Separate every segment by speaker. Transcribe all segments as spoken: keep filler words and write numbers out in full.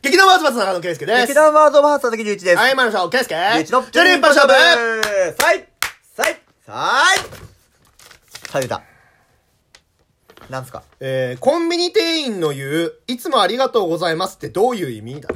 Speaker 1: 劇団ワーズバーツ中野圭介です。
Speaker 2: 劇団ワードバース佐々木隆一です。
Speaker 1: はい、参りましょう。圭介。
Speaker 2: 隆一の
Speaker 1: ジョリンパ勝負。
Speaker 2: さいさいさいさい出た。なんすか
Speaker 1: えー、コンビニ店員の言う、いつもありがとうございますってどういう意味だ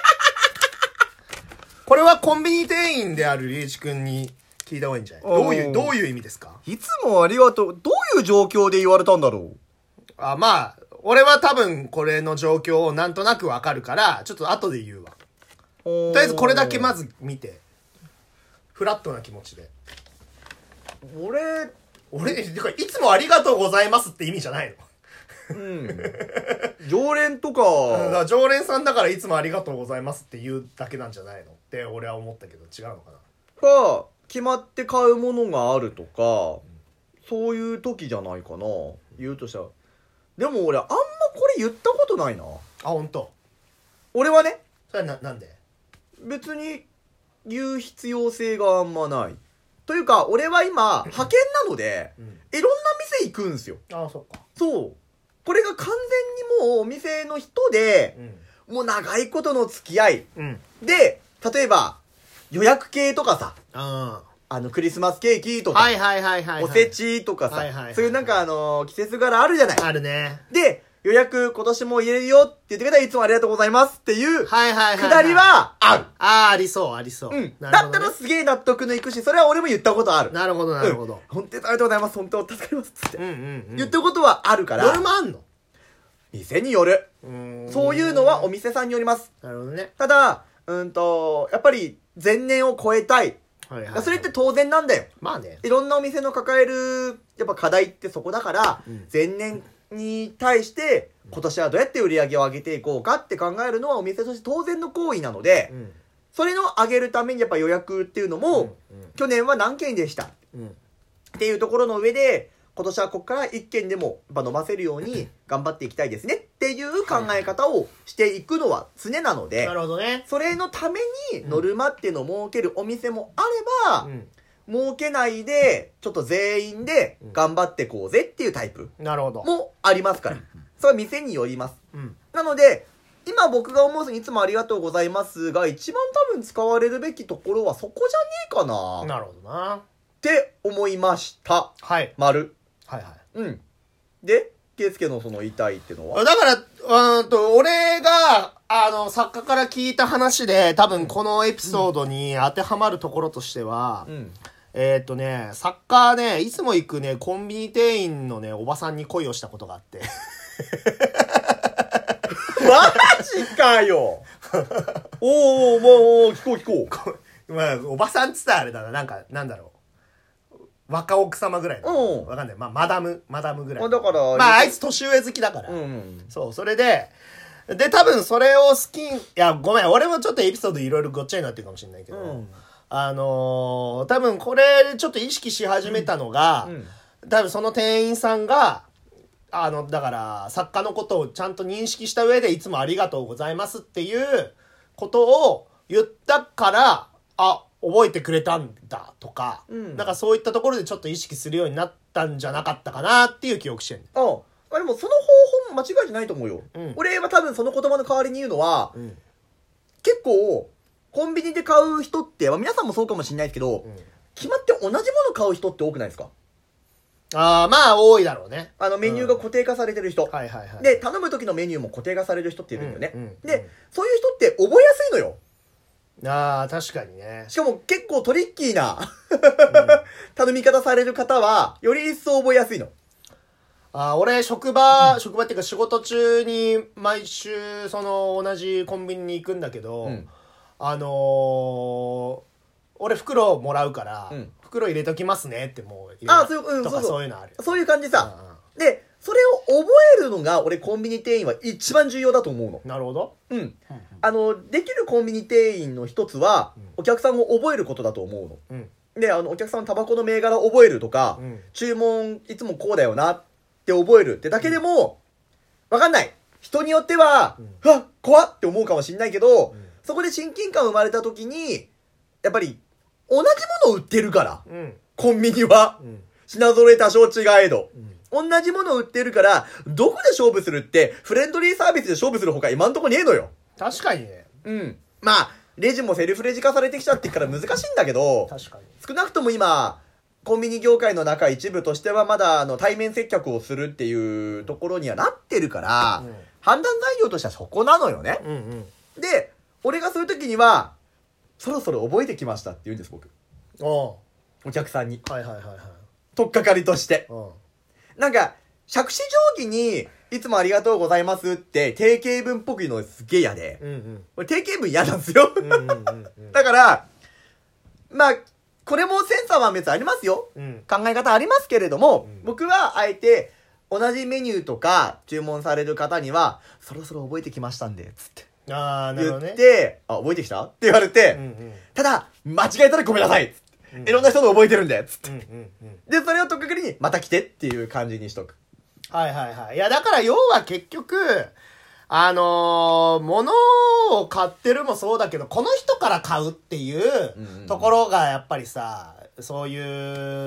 Speaker 1: これはコンビニ店員であるリーチ君に聞いた方がいいんじゃない？どういう、どういう意味ですか？
Speaker 2: いつもありがとう。どういう状況で言われたんだろう。
Speaker 1: あ、まあ、俺は多分これの状況をなんとなくわかるから、ちょっと後で言うわ。とりあえずこれだけまず見て。フラットな気持ちで。
Speaker 2: 俺、
Speaker 1: 俺、てかいつもありがとうございますって意味じゃないの。
Speaker 2: うん。常連とか。
Speaker 1: だから常連さんだからいつもありがとうございますって言うだけなんじゃないのって俺は思ったけど違うのかな。
Speaker 2: か、決まって買うものがあるとか、そういう時じゃないかな。言うとしたら。でも俺あんまこれ言ったことないな。
Speaker 1: あ、ほんと。俺
Speaker 2: はね、
Speaker 1: それはな、なんで？
Speaker 2: 別に言う必要性があんまない。というか、俺は今、派遣なので、
Speaker 1: うん、
Speaker 2: いろんな店行くんすよ。
Speaker 1: ああ、そっか。
Speaker 2: そう。これが完全にもうお店の人で、
Speaker 1: うん、
Speaker 2: もう長いことの付き合い。
Speaker 1: うん、
Speaker 2: で、例えば、予約系とかさ、
Speaker 1: あ
Speaker 2: あの、クリスマスケーキとか、
Speaker 1: はいはいはいはい、はい。
Speaker 2: おせちとかさ、
Speaker 1: はいはいはいはい、
Speaker 2: そういうなんかあのー、季節柄あるじゃない。
Speaker 1: あるね。
Speaker 2: で、予約今年も入れるよって言ってくれたらいつもありがとうございますっていう、
Speaker 1: はいはいはい。
Speaker 2: くだりはある。
Speaker 1: ああ、ありそう、ありそう。
Speaker 2: うん。
Speaker 1: なるほどね、
Speaker 2: だったらすげえ納得のいくし、それは俺も言ったことある。
Speaker 1: なるほど、なるほど。うん、
Speaker 2: 本当にありがとうございます。本当助かります。つって。
Speaker 1: うんうん、うん。
Speaker 2: 言ったことはあるから。
Speaker 1: 夜もあんの？
Speaker 2: 店による。
Speaker 1: うーん。
Speaker 2: そういうのはお店さんによります。
Speaker 1: なるほどね。
Speaker 2: ただ、うんと、やっぱり前年を超えたい。
Speaker 1: はいはいはい、
Speaker 2: それって当然なんだよ。
Speaker 1: まあね。
Speaker 2: いろんなお店の抱える、やっぱ課題ってそこだから、うん、前年に対して、今年はどうやって売り上げを上げていこうかって考えるのはお店として当然の行為なので、うん、それの上げるためにやっぱ予約っていうのも、うんうん、去年は何件でした、うん、っていうところの上で、今年はここからいっけんでもやっぱ伸ばせるように頑張っていきたいですねっていう考え方をしていくのは常なので、
Speaker 1: なるほどね。
Speaker 2: それのためにノルマっていうのを設けるお店もあれば、うん儲けないで、ちょっと全員で頑張ってこうぜっていうタイプもありますから。それは店によります。うん、なので、今僕が思うにいつもありがとうございますが、一番多分使われるべきところはそこじゃねえかな。
Speaker 1: なるほどな。
Speaker 2: って思いました。
Speaker 1: はい。
Speaker 2: 丸。
Speaker 1: はいはい。
Speaker 2: うん。で、ケイスケのその言いたいってのは
Speaker 1: だから、うんと、俺が、あの、作家から聞いた話で、多分このエピソードに当てはまるところとしては、うんうんえーっとね、作家ね、いつも行くね、コンビニ店員のね、おばさんに恋をしたことがあって。
Speaker 2: マジかよおー、もう、聞こう聞こ
Speaker 1: う。まあ、おばさんっつったらあれだな、なんか、なんだろう。若奥様ぐらいの。わかんない。まあ、マダム、マダムぐらい。
Speaker 2: だから、
Speaker 1: まあ、あいつ年上好きだから。
Speaker 2: うん、
Speaker 1: そう、それで、で、多分それを好き、いや、ごめん、俺もちょっとエピソードいろいろごっちゃになってるかもしれないけど、うんあのー、多分これちょっと意識し始めたのが、うんうん、多分その店員さんが、あの、だから作家のことをちゃんと認識した上でいつもありがとうございますっていうことを言ったから、あ、覚えてくれたんだとか、うん、なんかそういったところでちょっと意識するようになったんじゃなかったかなっていう記憶してる。
Speaker 2: ああ、でもその方法も間違いじゃないと思うよ。うん、俺は多分その言葉の代わりに言うのは、うん、結構、コンビニで買う人って、まあ、皆さんもそうかもしれないですけど、うん、決まって同じもの買う人って多くないですか？
Speaker 1: ああ、まあ多いだろうね。
Speaker 2: あのメニューが固定化されてる人。
Speaker 1: うん、はいはいはい。
Speaker 2: で、頼む時のメニューも固定化される人っているんだよね。うんうんうん、で、そういう人って覚えやすいのよ。
Speaker 1: ああ、確かにね。
Speaker 2: しかも結構トリッキーな、うん、頼み方される方は、より一層覚えやすいの。
Speaker 1: ああ、俺、職場、うん、職場っていうか仕事中に毎週、その同じコンビニに行くんだけど、うんあのー、俺袋もらうから、うん、袋入れときますねってもう入れ
Speaker 2: あそういう、うん、
Speaker 1: とかそういうのある。
Speaker 2: そういう感じさ。うん、で、それを覚えるのが俺コンビニ店員は一番重要だと思うの。
Speaker 1: なるほど。
Speaker 2: うん。うん、あの、できるコンビニ店員の一つは、うん、お客さんを覚えることだと思うの。うん、で、あの、お客さんのタバコの銘柄を覚えるとか、うん、注文いつもこうだよなって覚えるってだけでも、わかんない。人によっては、うん、わっ、怖っって思うかもしんないけど、うんそこで親近感生まれた時に、やっぱり、同じものを売ってるから。うん、コンビニは。うん、品揃え多少違えど、うん。同じものを売ってるから、どこで勝負するって、フレンドリーサービスで勝負するほか今んとこねえのよ。
Speaker 1: 確かにね。
Speaker 2: うん。まあ、レジもセルフレジ化されてきちゃってから難しいんだけど、
Speaker 1: 確かに。
Speaker 2: 少なくとも今、コンビニ業界の中一部としてはまだあの対面接客をするっていうところにはなってるから、うん、判断材料としてはそこなのよね。うんうん、で、俺がそういう時には、そろそろ覚えてきましたって言うんです、僕。おお客さんに。はいはいはいはい。取っかかりとして。なんか、杓子定規に、いつもありがとうございますって定型文っぽく言うのすげえ嫌で。うんうん、俺定型文嫌なんですよ。だから、まあ、これもセンサーは別にありますよ、うん、考え方ありますけれども、うん、僕はあえて同じメニューとか注文される方にはそろそろ覚えてきましたんでつって
Speaker 1: あーなるほど、ね、
Speaker 2: 言ってあ覚えてきたって言われて、うんうん、ただ間違えたらごめんなさいっつって、うん、いろんな人の覚えてるんでつって、うんうんうん、でそれをとっかかりにまた来てっていう感じにしとく。
Speaker 1: はいはいはい。いやだから要は結局あのー、物を買ってるもそうだけど、この人から買うっていうところがやっぱりさ、そういう、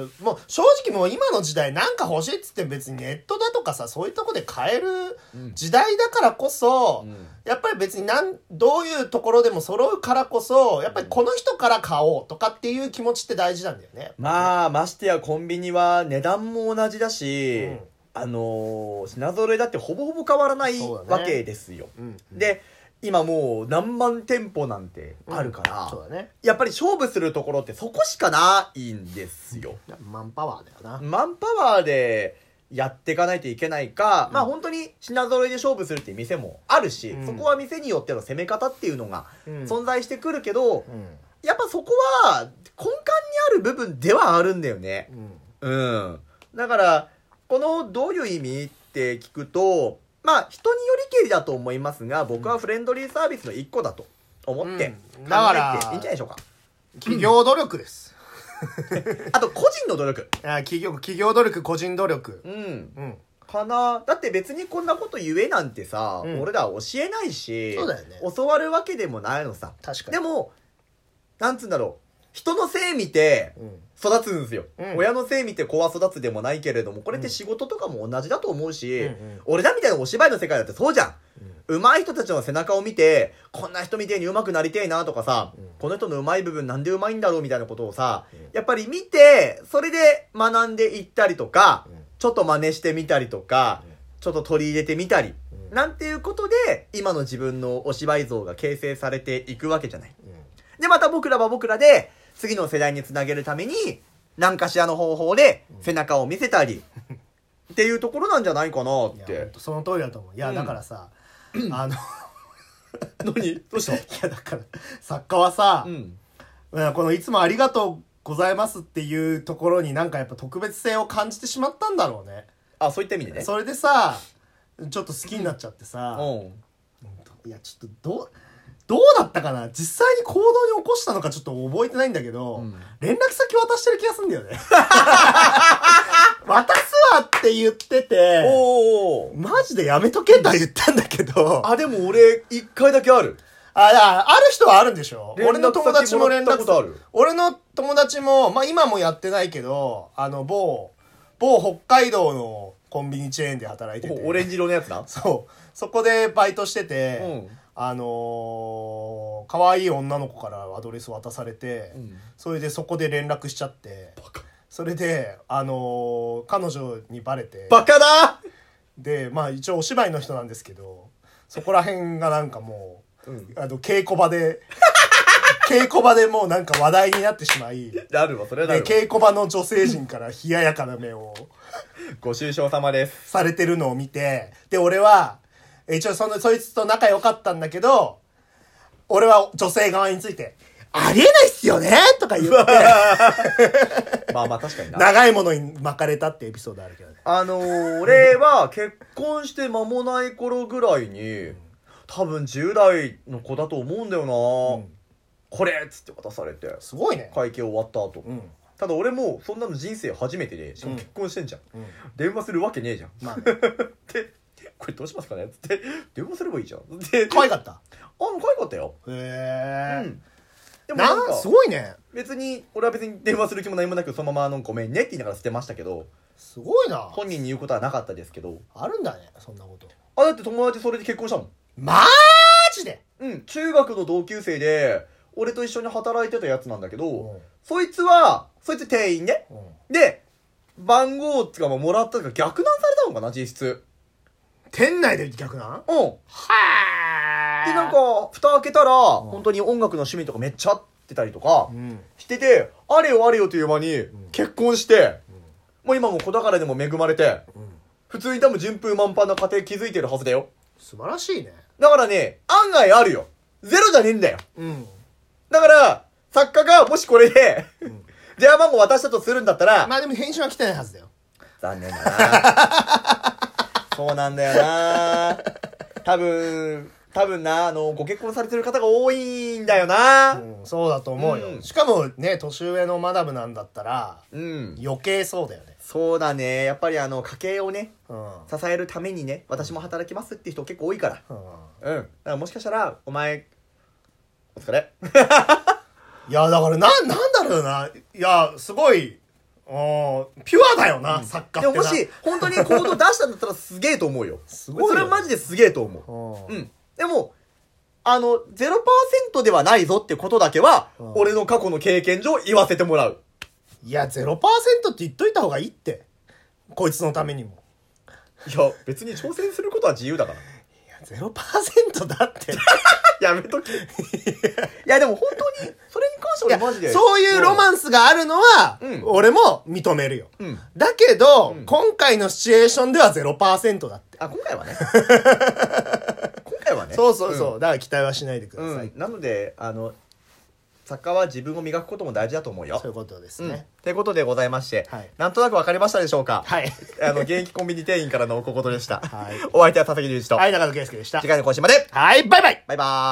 Speaker 1: もう正直もう今の時代なんか欲しいっつって別にネットだとかさ、そういうとこで買える時代だからこそ、うん、やっぱり別になん、どういうところでも揃うからこそ、やっぱりこの人から買おうとかっていう気持ちって大事なんだよね。
Speaker 2: まあ、ましてやコンビニは値段も同じだし、うんあのー、品揃えだってほぼほぼ変わらないわけですよ、ねうんうん、で今もう何万店舗なんてあるから、うんそうだね、やっぱり勝負するところってそこしかないんですよ。
Speaker 1: マンパワーだよな。
Speaker 2: マンパワーでやっていかないといけないか、うん、まあ本当に品揃えで勝負するっていう店もあるし、うん、そこは店によっての攻め方っていうのが存在してくるけど、うん、やっぱそこは根幹にある部分ではあるんだよね、うん、うん、だからこのどういう意味って聞くとまあ人によりけりだと思いますが僕はフレンドリーサービスの一個だと思って考えていいんじゃないでしょうか。
Speaker 1: 企業努力です
Speaker 2: あと個人の努力
Speaker 1: あ企業企業努力個人努力うん、
Speaker 2: うん、かな。だって別にこんなこと言えなんてさ、うん、俺ら教えないし
Speaker 1: そうだよね
Speaker 2: 教わるわけでもないのさ。
Speaker 1: 確かに。
Speaker 2: でもなんつうんだろう人のせい見て育つんですよ、うん、親のせい見て子は育つでもないけれどもこれって仕事とかも同じだと思うし、うんうん、俺らみたいなお芝居の世界だってそうじゃん、うん、上手い人たちの背中を見てこんな人みてえに上手くなりてえなとかさ、うん、この人の上手い部分なんで上手いんだろうみたいなことをさ、うん、やっぱり見てそれで学んでいったりとか、うん、ちょっと真似してみたりとか、うん、ちょっと取り入れてみたり、うん、なんていうことで今の自分のお芝居像が形成されていくわけじゃない、うん、でまた僕らは僕らで次の世代につなげるために何かしらの方法で背中を見せたり、うん、っていうところなんじゃないかなって。いや
Speaker 1: その通りだと思う。いや、うん、だからさあの
Speaker 2: 何どうした？
Speaker 1: いやだから作家はさ、うん、このいつもありがとうございますっていうところになんかやっぱ特別性を感じてしまったんだろうね。
Speaker 2: あそういった意味でね。
Speaker 1: それでさちょっと好きになっちゃってさ、うん、いやちょっとどうどうだったかな実際に行動に起こしたのかちょっと覚えてないんだけど、うん、連絡先渡してる気がするんだよね渡すわって言ってておーマジでやめとけとは言ったんだけど
Speaker 2: あでも俺一回だけある
Speaker 1: あある人はあるんでしょ。俺の友達も連絡
Speaker 2: ことある。
Speaker 1: 俺の友達もまあ今もやってないけどあの某某北海道のコンビニチェーンで働いてて
Speaker 2: オレンジ色のやつな。
Speaker 1: そうそこでバイトしてて、うんあのー、可愛い女の子からアドレス渡されて、うん、それでそこで連絡しちゃってそれで、あのー、彼女にバレて
Speaker 2: バカだ
Speaker 1: でまあ一応お芝居の人なんですけどそこら辺がなんかもう、うん、あの稽古場で稽古場でもうなんか話題になってしまい
Speaker 2: あるわそれだ
Speaker 1: で稽古場の女性陣から冷ややかな目を
Speaker 2: ご愁傷様です
Speaker 1: されてるのを見てで俺は一応そのそいつと仲良かったんだけど俺は女性側についてありえないっすよねとか言って
Speaker 2: まあまあ確かにな
Speaker 1: 長いものに巻かれたってエピソードあるけどね。
Speaker 2: あのー、俺は結婚して間もない頃ぐらいに多分じゅう代の子だと思うんだよな、うん、これっつって渡されて
Speaker 1: すごいね
Speaker 2: 会計終わった後、うん、ただ俺もそんなの人生初めてでしかも結婚してんじゃん、うん、電話するわけねえじゃん、まあね、でこれどうしますかねつって電話すればいいじゃんで
Speaker 1: 可愛かったあ
Speaker 2: 可愛かったよ
Speaker 1: へえ、うん、
Speaker 2: でもなんか
Speaker 1: すごいね
Speaker 2: 別に俺は別に電話する気も何もなくそのままのごめんねって言いながら捨てましたけど
Speaker 1: すごいな
Speaker 2: 本人に言うことはなかったですけど
Speaker 1: あるんだねそんなこと
Speaker 2: あだって友達それで結婚したもん
Speaker 1: マジで
Speaker 2: うんうん中学の同級生で俺と一緒に働いてたやつなんだけど、
Speaker 1: うん、
Speaker 2: そいつはそいつ店員ね、
Speaker 1: うん、
Speaker 2: で番号つかももらったとか逆難されたのかな実質。
Speaker 1: 店内で逆なん
Speaker 2: うん。
Speaker 1: は
Speaker 2: ーでなんか蓋開けたら、うん、本当に音楽の趣味とかめっちゃ合ってたりとか、うん、しててあれよあれよという間に結婚して、うん、もう今も子宝でも恵まれて、うん、普通に多分順風満帆な家庭築いてるはずだよ。
Speaker 1: 素晴らしいね。
Speaker 2: だからね案外あるよ。ゼロじゃねえんだよ。うん、だから作家がもしこれで、うん、電話番号渡したとするんだったら、
Speaker 1: まあでも返信は来てないはずだよ。
Speaker 2: 残念だなそうなんだよな多分多分なあのご結婚されてる方が多いんだよな、
Speaker 1: うん、そうだと思うよ、うん、しかもね年上のマダムなんだったら、うん、余計そうだよね。
Speaker 2: そうだねやっぱりあの家計をね、うん、支えるためにね私も働きますって人結構多いから、うん、うん、だからもしかしたらお前お疲れ
Speaker 1: いやだからな、なんだろうな。いやすごいピュアだよな、うん、作家ってな。
Speaker 2: でももし本当にコード出したんだったらすげえと思うよ。すごいよ。それはマジですげえと思う。うん。でもあの ゼロパーセント ではないぞってことだけは俺の過去の経験上言わせてもらう。
Speaker 1: いや ゼロパーセント って言っといた方がいいって。こいつのためにも。
Speaker 2: いや別に挑戦することは自由だから。い
Speaker 1: や ゼロパーセント だって
Speaker 2: やめとき。いやでも本当にそれに関してはマジで
Speaker 1: そういうロマンスがあるのは、うん、俺も認めるよ、うん、だけど、うん、今回のシチュエーションでは ゼロパーセント だって。
Speaker 2: あ今回はね今回はね
Speaker 1: そうそうそう、うん、だから期待はしないでください、
Speaker 2: うん、なのであの作家は自分を磨くことも大事だと思うよ。
Speaker 1: そういうことですね、うん、
Speaker 2: ということでございまして、はい、なんとなく分かりましたでしょうか。
Speaker 1: はい
Speaker 2: あの現役コンビニ店員からのお小言でした、はい、お相手は佐々木隆一と
Speaker 1: はい中野圭介でした。
Speaker 2: 次回の更新まで
Speaker 1: はいバイバイ
Speaker 2: バイバーイ。